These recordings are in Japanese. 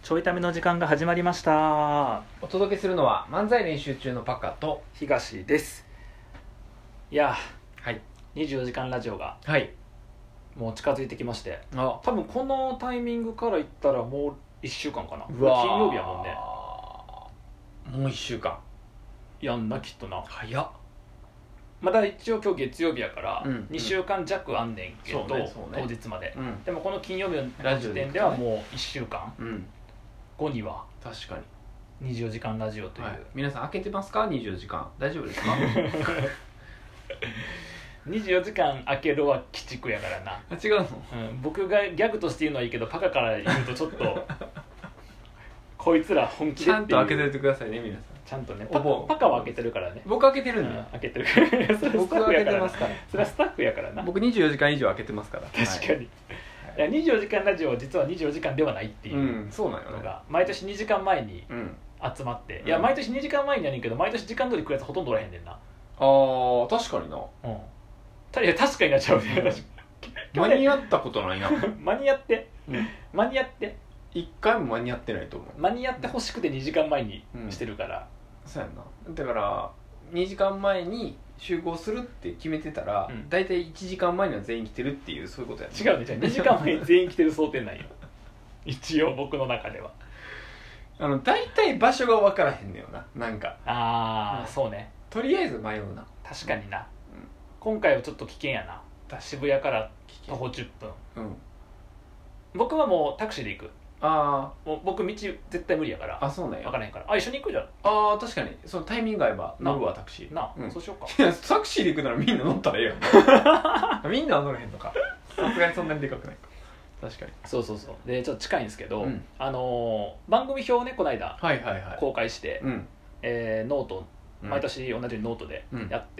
ちょいための時間が始まりました。 お届けするのは漫才練習中のパカと東です。いや、 はい、 24時間ラジオがはい、 もう近づいてきまして、 あ、 多分このタイミングから言ったらもう1週間かな。 うわー、 金曜日やもんね。 もう1週間やんな、きっとな。 早っ。 まだ一応今日月曜日やから、 うん 2週間弱あんねんけど、 そうね当日まで、 うん、 でもこの金曜日のラジオ時点ではもう1週間うん後には確か 24時間ラジオとに、 いう、 はい、皆さん開けてますか？24時間大丈夫ですか？ 24時間開けるは鬼畜やからな。 あ、違うの？ 僕がギャグとして言うのはいいけど、パカから言うとちょっとこいつら本気でっていう。 ちゃんと開けておいてくださいね、皆さん。 ちゃんとね、 お盆パカは開けてるからね。 僕開けてるんだよ、 開けてるからそれはスタ僕開ッフやからな。 けてますから。 それはスタッフやからな。 僕24時間以上開けてますから。 確かに、いや24時間ラジオは実は24時間ではないっていうそうなんよね。 のが毎年2時間前に集まって、いや毎年2時間前にやねんけど、毎年時間通り来るやつほとんどおらへんねんな。 確かにな。 いや確かになっちゃうね、 間に合ったことないな。 間に合って間に合って 1回も間に合ってないと思う。 間に合ってほしくて2時間前にしてるから、 そうやんな。だから2時間前に集合するって決めてたら、だいたい1時間前には全員来てるっていう、そういうことやね。 違うね、じゃあ2時間前に全員来てる想定なんよ一応僕の中では。 だいたい場所が分からへんねよな。なんかそうね、 とりあえず迷うな。 確かにな、今回はちょっと危険やな。渋谷から徒歩10分。僕はもうタクシーで行く。もう僕道絶対無理やから。 そうなんや。 分からへんから。一緒に行くじゃん。 確かにそのタイミング合えば乗るわ、タクシーな、そうしようか。 いや、タクシーで行くならみんな乗ったらええやんみんなは乗れへんのか。さすがにそんなにでかくないか。確かに。 そうでちょっと近いんですけど、番組表をねこの間公開して、ノート、毎年同じようにノートでやって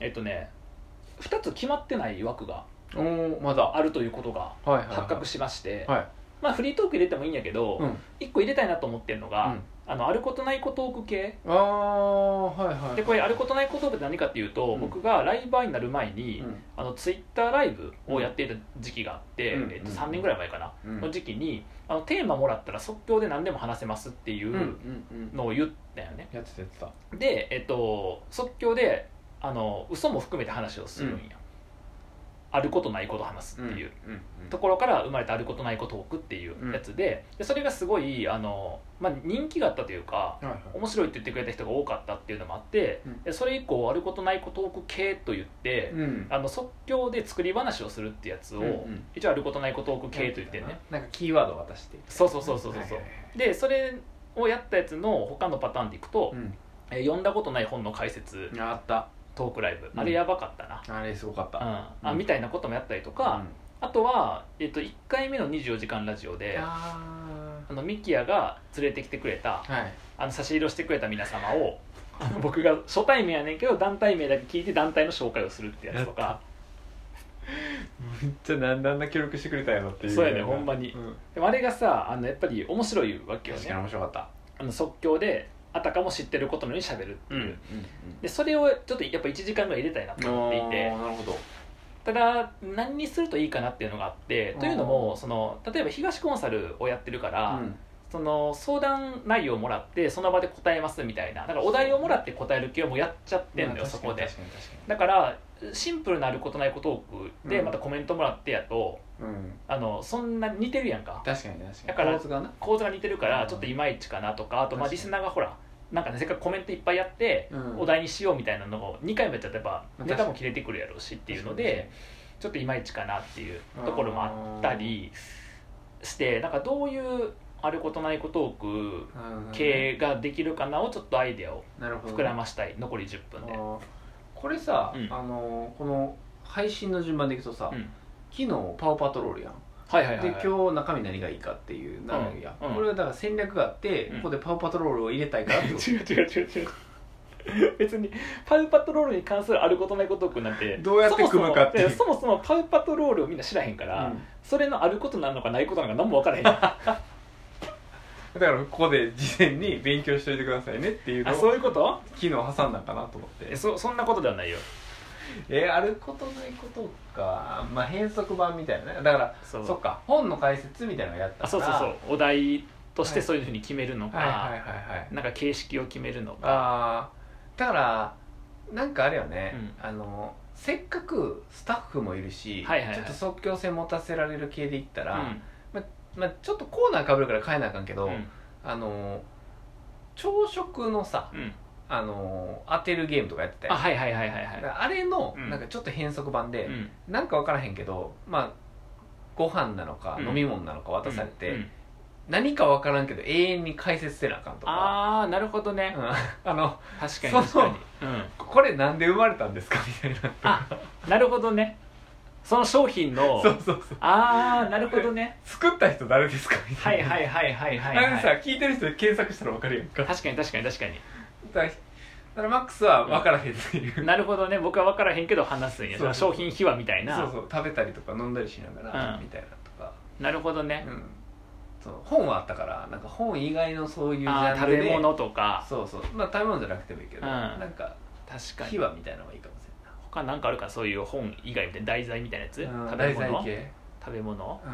、2つ決まってない枠がまだあるということが発覚しまして、まあフリートーク入れてもいいんやけど、1個入れたいなと思ってるのが、あることないことトーク系。でこれあることないことトークって何かっていうと、僕がライバーになる前に、ツイッターライブをやっていた時期があって、3年ぐらい前かな、の時期にテーマもらったら即興で何でも話せますっていうのを言ったよね。 やってた。 で、即興で嘘も含めて話をするんや、あることないこと話すっていうところから生まれたあることないことトークっていうやつで、それがすごい人気があったというか、面白いって言ってくれた人が多かったっていうのもあって、それ以降あることないことトーク系と言って、即興で作り話をするってやつを、一応あることないことトーク系と言ってね、 なんかキーワードを渡して、 そうでそれをやったやつの他のパターンでいくと、読んだことない本の解説あったトークライブ、あれやばかったな。 あれすごかった、 みたいなこともやったりとか、あとは、1回目の24時間ラジオでミキヤが連れてきてくれた、差し入れをしてくれた皆様を僕が初対面やねんけど団体名だけ聞いて団体の紹介をするってやつとか。 めっちゃなんであんな協力してくれたんやろっていう。 そうやね、ほんまに、でもあれがさやっぱり面白いわけよね。 確かに面白かった。 即興であたかも知ってることのように喋るっていう、でそれをちょっとやっぱ1時間ぐらい入れたいなと思っていて、 なるほど。 ただ何にするといいかなっていうのがあって、というのも例えば東コンサルをやってるから、その相談内容をもらってその場で答えますみたいな、だからお題をもらって答える系をもうやっちゃってんのよ、そこで。だからシンプルなあることないことトークでまたコメントもらってやと、そんな似てるやんか。 確かにだから構図が似てるからちょっといまいちかなとか、あとリスナーがほらなんかね、せっかくコメントいっぱいやって、お題にしようみたいなのを2回もやっちゃって、やっぱネタも切れてくるやろうしっていうので、ちょっといまいちかなっていうところもあったりして、なんかどういうあることないことトーク系ができるかなをちょっとアイデアを膨らましたい。残り10分でこれさ、この配信の順番でいくとさ、昨日パオパトロールやん。で今日中身何がいいかっていうなるや、これはだから戦略があって、ここでパウパトロールを入れたいからってこと。 違う別にパウパトロールに関するあることないことトークなんてどうやって組むかっていう、 そもそもパウパトロールをみんな知らへんから、それのあることなのかないことなのか何も分からへんだからここで事前に勉強しといてくださいねっていうのを、 そういうこと昨日挟んだかなと思って。 そんなことではないよ。 あることないことか、変則版みたいなね。だからそっか、本の解説みたいなのをやったから、 そうお題としてそういうふうに決めるのか、なんか形式を決めるのか。 だからなんかあれよね、せっかくスタッフもいるし、ちょっと即興性持たせられる系で言ったら、ちょっとコーナーかぶるから変えなあかんけど、朝食のさ、当てるゲームとかやってたよ。あれのなんかちょっと変則版で、なんか分からへんけど、ご飯なのか飲み物なのか渡されて、何か分からんけど永遠に解説せなあかんとか。 なるほどね。確かに確かに、これなんで生まれたんですかみたいな。 なるほどね。その商品のなるほどね。 作った人誰ですかみたいな。なんでさ、聞いてる人で検索したら分かるやんか。 確かにだからマックスは分からへんっていう、 なるほどね。僕は分からへんけど話すんや。商品秘話みたいな。 食べたりとか飲んだりしながら、みたいなとか。 なるほどね。 本はあったから、なんか本以外のそういうジャンルで食べ物とか。 食べ物じゃなくてもいいけど、なんか確かに秘話みたいなのがいいかもしれない。 他なんかあるか、そういう本以外みたいな題材みたいなやつ。食べ物系、食べ物、飲み物、本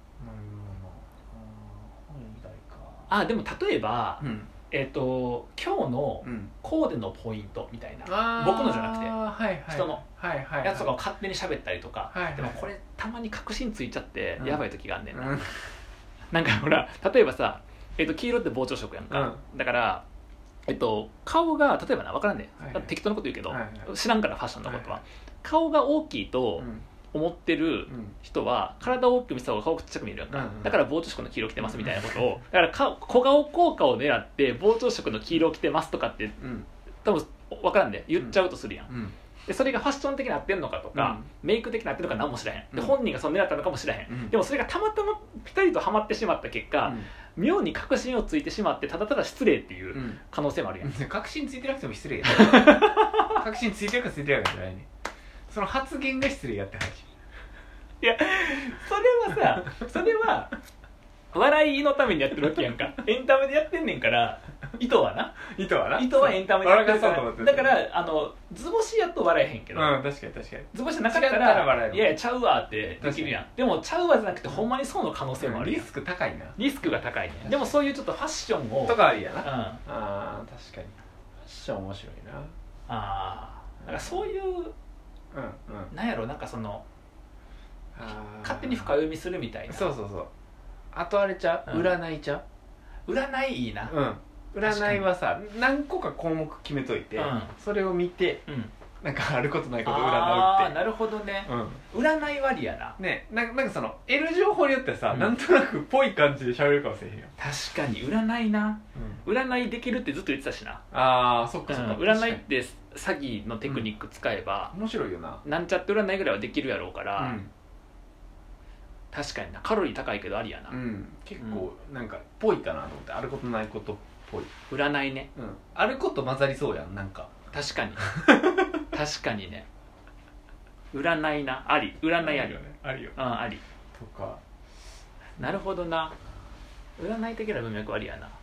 以外か。でも例えば今日のコーデのポイントみたいな、僕のじゃなくて人のやつとかを勝手に喋ったりとか。でもこれたまに確信ついちゃってやばい時があんねんな。なんかほら、例えばさ、黄色って膨張色やんか。だから顔が例えばな、分からんねん、適当なこと言うけど、知らんからファッションのことは。顔が大きいと思ってる人は体を大きく見せた方が顔ちっちゃく見えるやんか。だから膨張色の黄色着てますみたいなことを、だから小顔効果を狙って膨張色の黄色着てますとかって多分分からんで言っちゃうとするやん。でそれがファッション的になってんのかとか、メイク的になってるのか何も知らへん。で本人がその狙ったのかもしれへん。でもそれがたまたまピタリとはまってしまった結果、妙に確信をついてしまってただただ失礼っていう可能性もあるやん。 確信ついてなくても失礼や。確信ついてるかついてないかじゃないね。その発言が失礼やって話。 いや、それは笑いのためにやってるわけやんか。エンタメでやってんねんから。意図はエンタメでやってるから。だから図星やと笑えへんけど、 確かに図星なかったらいやいやちゃうわってできるやん。でもちゃうわじゃなくてほんまにそうの可能性もあるやん。 リスク高いな。 リスクが高いね。でもそういうちょっとファッションをとかありやな。確かにファッション面白いな。 なんかそういうなんやろ、なんかその勝手に深読みするみたいな。 あとあれちゃう、占いちゃう。占いいいな。 占いはさ、何個か項目決めといて、それを見て、なんかあることないことを占うって。 なるほどね。占いはりやな。 なんかその得る情報によってさ、なんとなくぽい感じで喋れるかもしれへんよ。 確かに占いな。占いできるってずっと言ってたしな。 そっか。 占いって詐欺のテクニック使えば面白いよな。 なんちゃって占いぐらいはできるやろうから。確かにな。カロリー高いけどありやな。 結構なんかぽいかなと思って。あることないことっぽい。 占いね。 あること混ざりそうやん。なんか確かに確かにね。占いな。あり。占いありよね。 ありよ。 ありとか。 なるほどな。占い的な文脈ありやな。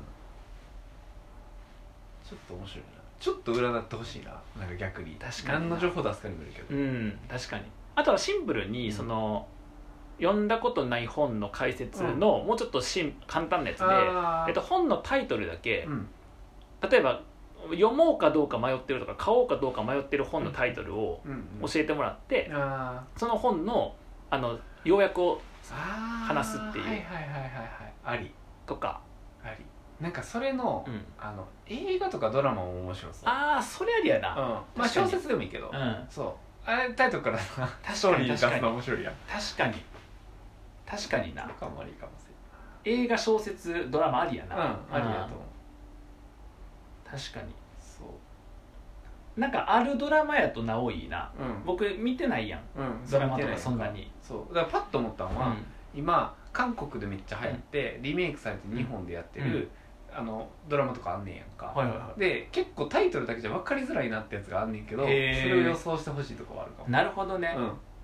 ちょっと面白いな。ちょっと占ってほしいな。なんか逆に。確かに何の情報出すかにもよるけど。 確かに。あとはシンプルにその読んだことない本の解説のもうちょっと簡単なやつで、本のタイトルだけ、例えば読もうかどうか迷ってるとか買おうかどうか迷ってる本のタイトルを教えてもらって、その本の要約を話すっていう。 ありとか。 あり。なんかそれの映画とかドラマも面白そう。 それありやな。 小説でもいいけど。あれタイトルからさストーリー出すの面白いやん。 確かにな。 かもありかもしれない。 映画、小説、ドラマありやな。 ありやと思う。 確かに。なんかあるドラマやとなおいいな。僕見てないやん。ドラマとかそんなに。 だからパッと思ったのは、今韓国でめっちゃ流行ってリメイクされて日本でやってるドラマとかあんねんやんか。で結構タイトルだけじゃ分かりづらいなってやつがあんねんけど、それを予想してほしいとこはあるかも。 なるほどね。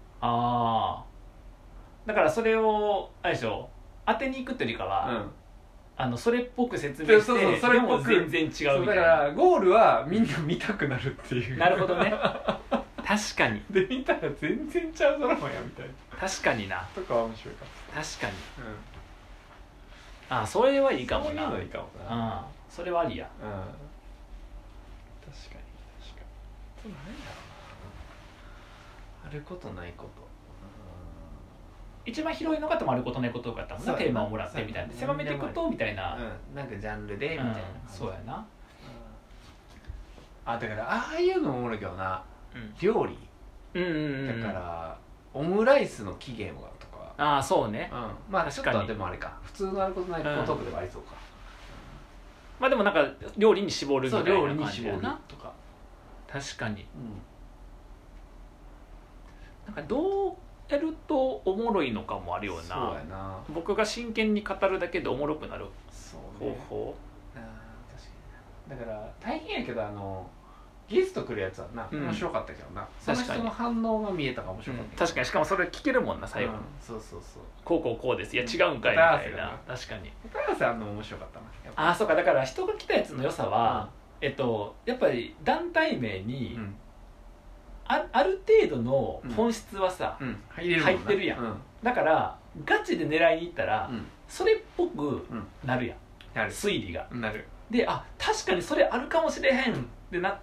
だからそれをあれでしょ、当てに行くっていうよりかは、それっぽく説明してでも全然違うみたいな。 だからゴールはみんな見たくなるっていう。 なるほどね。確かに。 で見たら全然ちゃうドラマやみたいな。 確かにな。 とかは面白いかも。 確かに。 あそれはいいかもな。 そういうのいいかもな。 うん、それはありや。 うん、確かに確かに。何だろうな、あることないこと。 一番広いのがあることないことかったもんな、テーマをもらってみたいな、狭めていくとみたいな、 なんかジャンルでみたいな、 そうやな。 だからああいうのもおもろいけどな、料理だからオムライスの起源はとか。 ああそうね、 まあちょっとでもあれか、普通のあることないことトークではありそうか。 まあでもなんか料理に絞るみたいな料理に絞るとか。 確かに、なんかどうやるとおもろいのかもあるような。 そうやな、 僕が真剣に語るだけでおもろくなる方法。 確かに。だから大変やけどゲスト来るやつはな面白かったけどな、その人の反応が見えたから面白かった。 確かに、しかもそれ聞けるもんな最後に。 そうそうそう、 こうです、いや違うんかいみたいな。確かに答え合わせ面白かったな。 あそうか、だから人が来たやつの良さは、やっぱり団体名にある程度の本質はさ、入ってるやん。だからガチで狙いに行ったら、それっぽくなるやん、推理が。で、確かにそれあるかもしれへんってなって、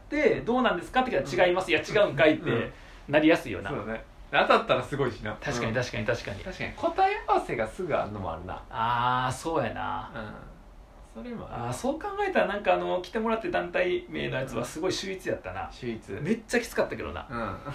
どうなんですかって言ったら違います、いや違うんかいってなりやすいよな。 そうね、当たったらすごいしな。 確かに確かに確かに答え合わせがすぐあるのもあるな。 そうやな。 それもある。 そう考えたらなんか来てもらって団体名のやつはすごい秀逸やったな。 秀逸、 めっちゃきつかったけどな。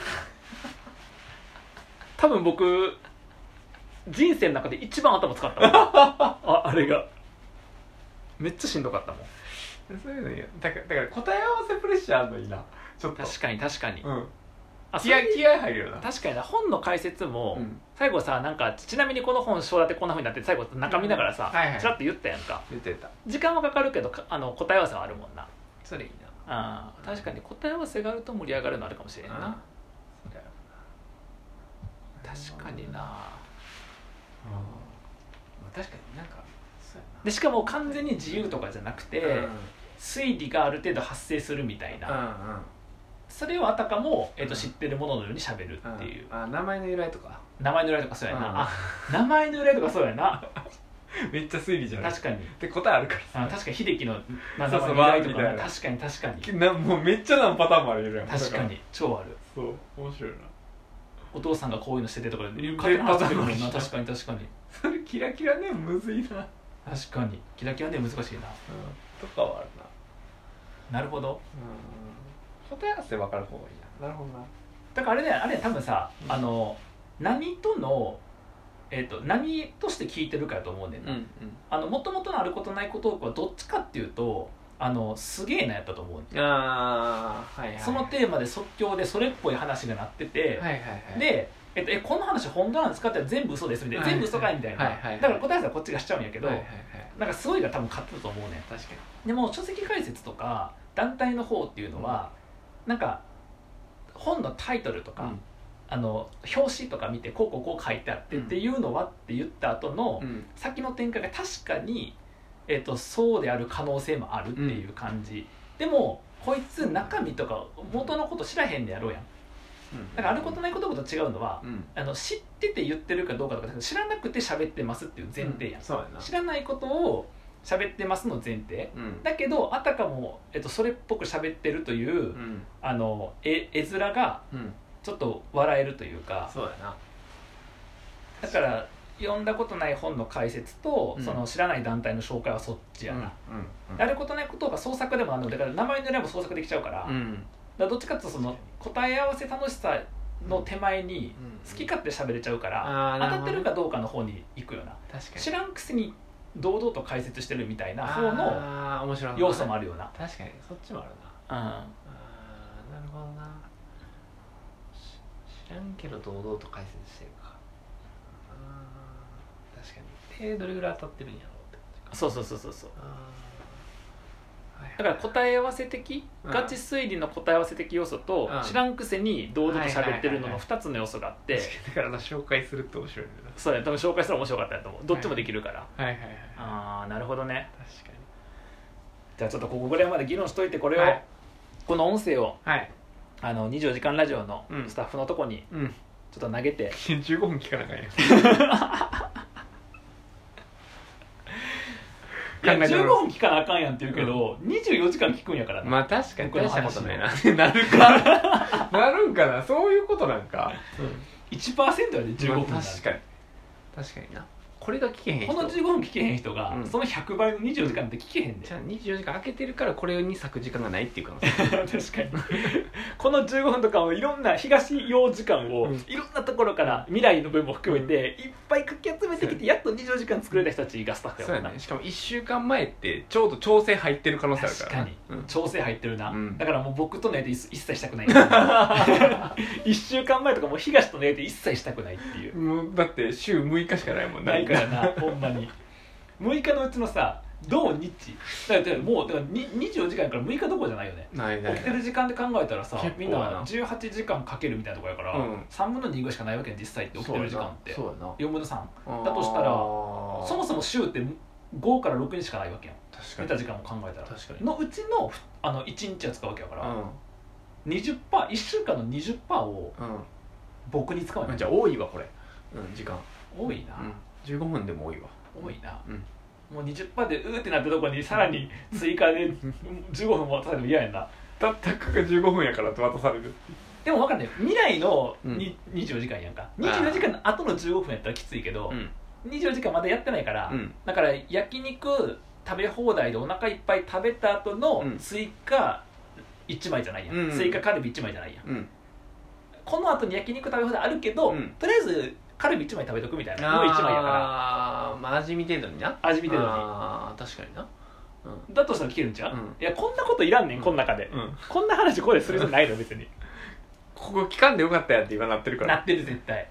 多分僕人生の中で一番頭使ったもんあれがめっちゃしんどかったもん。 そういうのいいよ。だから答え合わせプレッシャーあるのいいな、ちょっと。確かに気合入るよな。 確かにな。本の解説も、最後さ、なんかちなみにこの本章立てこんなふうになって最後中見ながらさ、ちらっと言ったやんか。 言ってた。 時間はかかるけど答え合わせはあるもんな。 それいいな。 確かに答え合わせがあると盛り上がるのあるかもしれんな。確かにな。 確かになんかそうやな。 でしかも完全に自由とかじゃなくて、推理がある程度発生するみたいな、それをあたかも、知ってるもののようにしゃべるっていう。 名前の由来とかそうやな。名前の由来とかそうやなめっちゃ推理じゃない。 確かに。 で答えあるからさ。 確かに秀樹の名前の由来とかな。確かにもうめっちゃ何パターンもあるやん。 確かに超ある。 そう面白いな。 お父さんがこういうのしててとかで勝手に話してくるもんな。確かにそれキラキラねむずいな。 確かにキラキラね難しいな。 とかはあるな。なるほど。 答え合わせ分かる方がいいな。なるほどな。 だからあれ多分さ、何との何として聞いてるかと思うねんな。もともとのあることないことはどっちかっていうとすげえなやったと思う。そのテーマで即興でそれっぽい話がなってて、でこの話本当なんですかって全部嘘ですみたいな、全部嘘かいみたいな。だから答え合わせはこっちがしちゃうんやけど、なんかすごいが多分勝ってたと思うねん。 確かに。 でも書籍解説とか団体の方っていうのは、なんか本のタイトルとか、表紙とか見てこう書いてあってっていうのはって言った後の先の展開が確かに、そうである可能性もあるっていう感じ。でもこいつ中身とか元のこと知らへんでやろうやん。だからあることないことと違うのは、知ってて言ってるかどうかとか知らなくて喋ってますっていう前提やん。知らないことを喋ってますの前提、だけどあたかも、それっぽく喋ってるという、絵面がちょっと笑えるというか。 そうやな。 だから読んだことない本の解説と、その知らない団体の紹介はそっちやな。あることないことが創作でもあるので、だから名前の由来も創作できちゃうから、だからどっちかっていうとその答え合わせ楽しさの手前に好き勝手喋れちゃうから、当たってるかどうかの方に行くよな。知らんくせに堂々と解説してるみたいな方の要素もあるよな。 確かにそっちもあるな。なるほどな。知らんけど堂々と解説してるか。確かに。どれぐらい当たってるんやろうって感じか。 そうだから答え合わせ的、ガチ推理の答え合わせ的要素と、知らんくせに堂々と喋ってるのの2つの要素があって、 だから紹介するって面白いね。 そうや、多分紹介したら面白かったと思う。どっちもできるから。なるほどね。 確かに。 じゃあちょっとここぐらいまで議論しといて、これを、この音声を、24時間ラジオのスタッフのとこにちょっと投げて、 15分聞かなきゃいけないいや15分聞かなあかんやんって言うけど、24時間聞くんやからな。 まあ確かに大したことないなってなるかなるんかな、そういうことなんか、 1% やで15分、 まあ、確かにな。これが聞けへん人、 この15分聞けへん人が、その100倍の24時間って聞けへんで。 じゃあ24時間空けてるからこれに割く時間がないっていう可能性確かにこの15分とかをいろんな東用時間をいろんなところから未来の分も含めていっぱいかき集めてきて、やっと24時間作れた人たちがスタッフやからな。 そうやね。しかも1週間前ってちょうど調整入ってる可能性あるから。 確かに、調整入ってるな、だからもう僕とのやつ一切したくない1週間前とかもう東とのやつ一切したくないっていう。 もうだって週6日しかないもんないからなほんまに6日のうちのさ土日だからもうだから24時間から6日どころじゃないよね。起きてる時間で考えたらさ、みんな18時間かけるみたいなところやから、3分の2ぐらいしかないわけね実際って起きてる時間って。 そうやな、 4分の3だとしたらそもそも週って5から6日しかないわけやん。確かに見た時間も考えたら確かにのうちの1日は使うわけやから、20%、1週間の 20% を僕に使うの。 じゃあ多いわこれ、時間多いな、 15分でも多いわ。 多いな、もう 20% でうーってなったところにさらに追加で15分も渡されても嫌やな。 たったかが15分やからって渡される。 でも分かんない、未来の24時間やんか、24時間の後の15分やったらきついけど、24時間まだやってないから、だから焼肉食べ放題でお腹いっぱい食べた後の追加1枚じゃないやん、追加カルビ1枚じゃないやん、この後に焼肉食べ放題あるけど、とりあえずカルビ1枚食べとくみたいなの1枚やから、 まあ味見程度にな、 味見程度に、 確かにな、 だとしたら聞けるんちゃう、いやこんなこといらんねん、この中で、こんな話ここでするじゃないの別にここ聞かんでよかったやって今なってるから。 なってる絶対。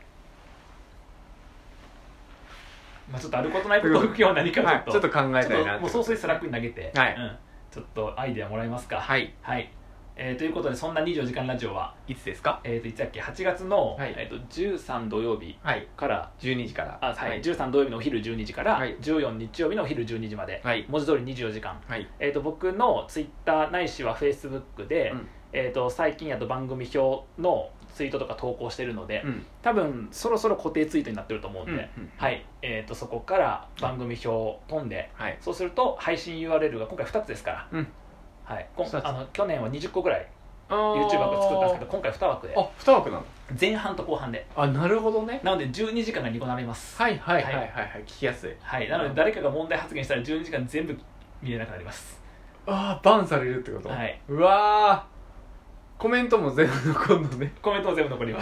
まあちょっとあることないことを今日何かちょっと考えたいなって、 もう総帥スラックに投げて、ちょっとアイデアもらえますか。はい、ということで、そんな24時間ラジオはいつですか。 いつだっけ、8月の、13土曜日から 12時から、 13土曜日のお昼12時から14日曜日のお昼12時まで、文字通り24時間、僕のツイッターないしはフェイスブックで、最近やと番組表のツイートとか投稿してるので、多分そろそろ固定ツイートになってると思うんで、そこから番組表を飛んで、そうすると配信 URL が今回2つですから、去年は20個ぐらい YouTuber が作ったんですけど、今回2枠で、 2枠なの、 前半と後半で。 なるほどね。 なので12時間が2個並びます。 聞きやすい。 なので誰かが問題発言したら12時間全部見れなくなります。 バンされるってこと。うわー、コメントも全部残るのね。 コメントも全部残ります。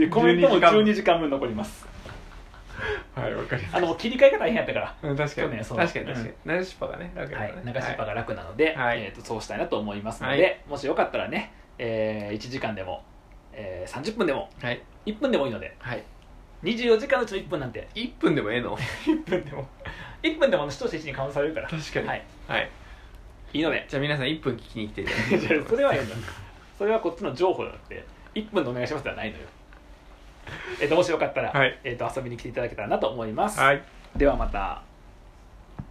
コメントも12時間分残ります。 わかります。 切り替えが大変やったから。 確かに流しっぱがね、 流しっぱが楽なので、そうしたいなと思いますので、もしよかったらね、1時間でも30分でも1分でもいいので、24時間のうちの1分なんて、 1分でもええの 1分でも視聴者1にカウントされるから。 確かに。 いいので、 じゃあ皆さん1分聞きに来ていただいて。 それはええの、それはこっちの情報なので、1分でお願いしますではないのよ。もしよかったら、遊びに来ていただけたらなと思います。ではまた。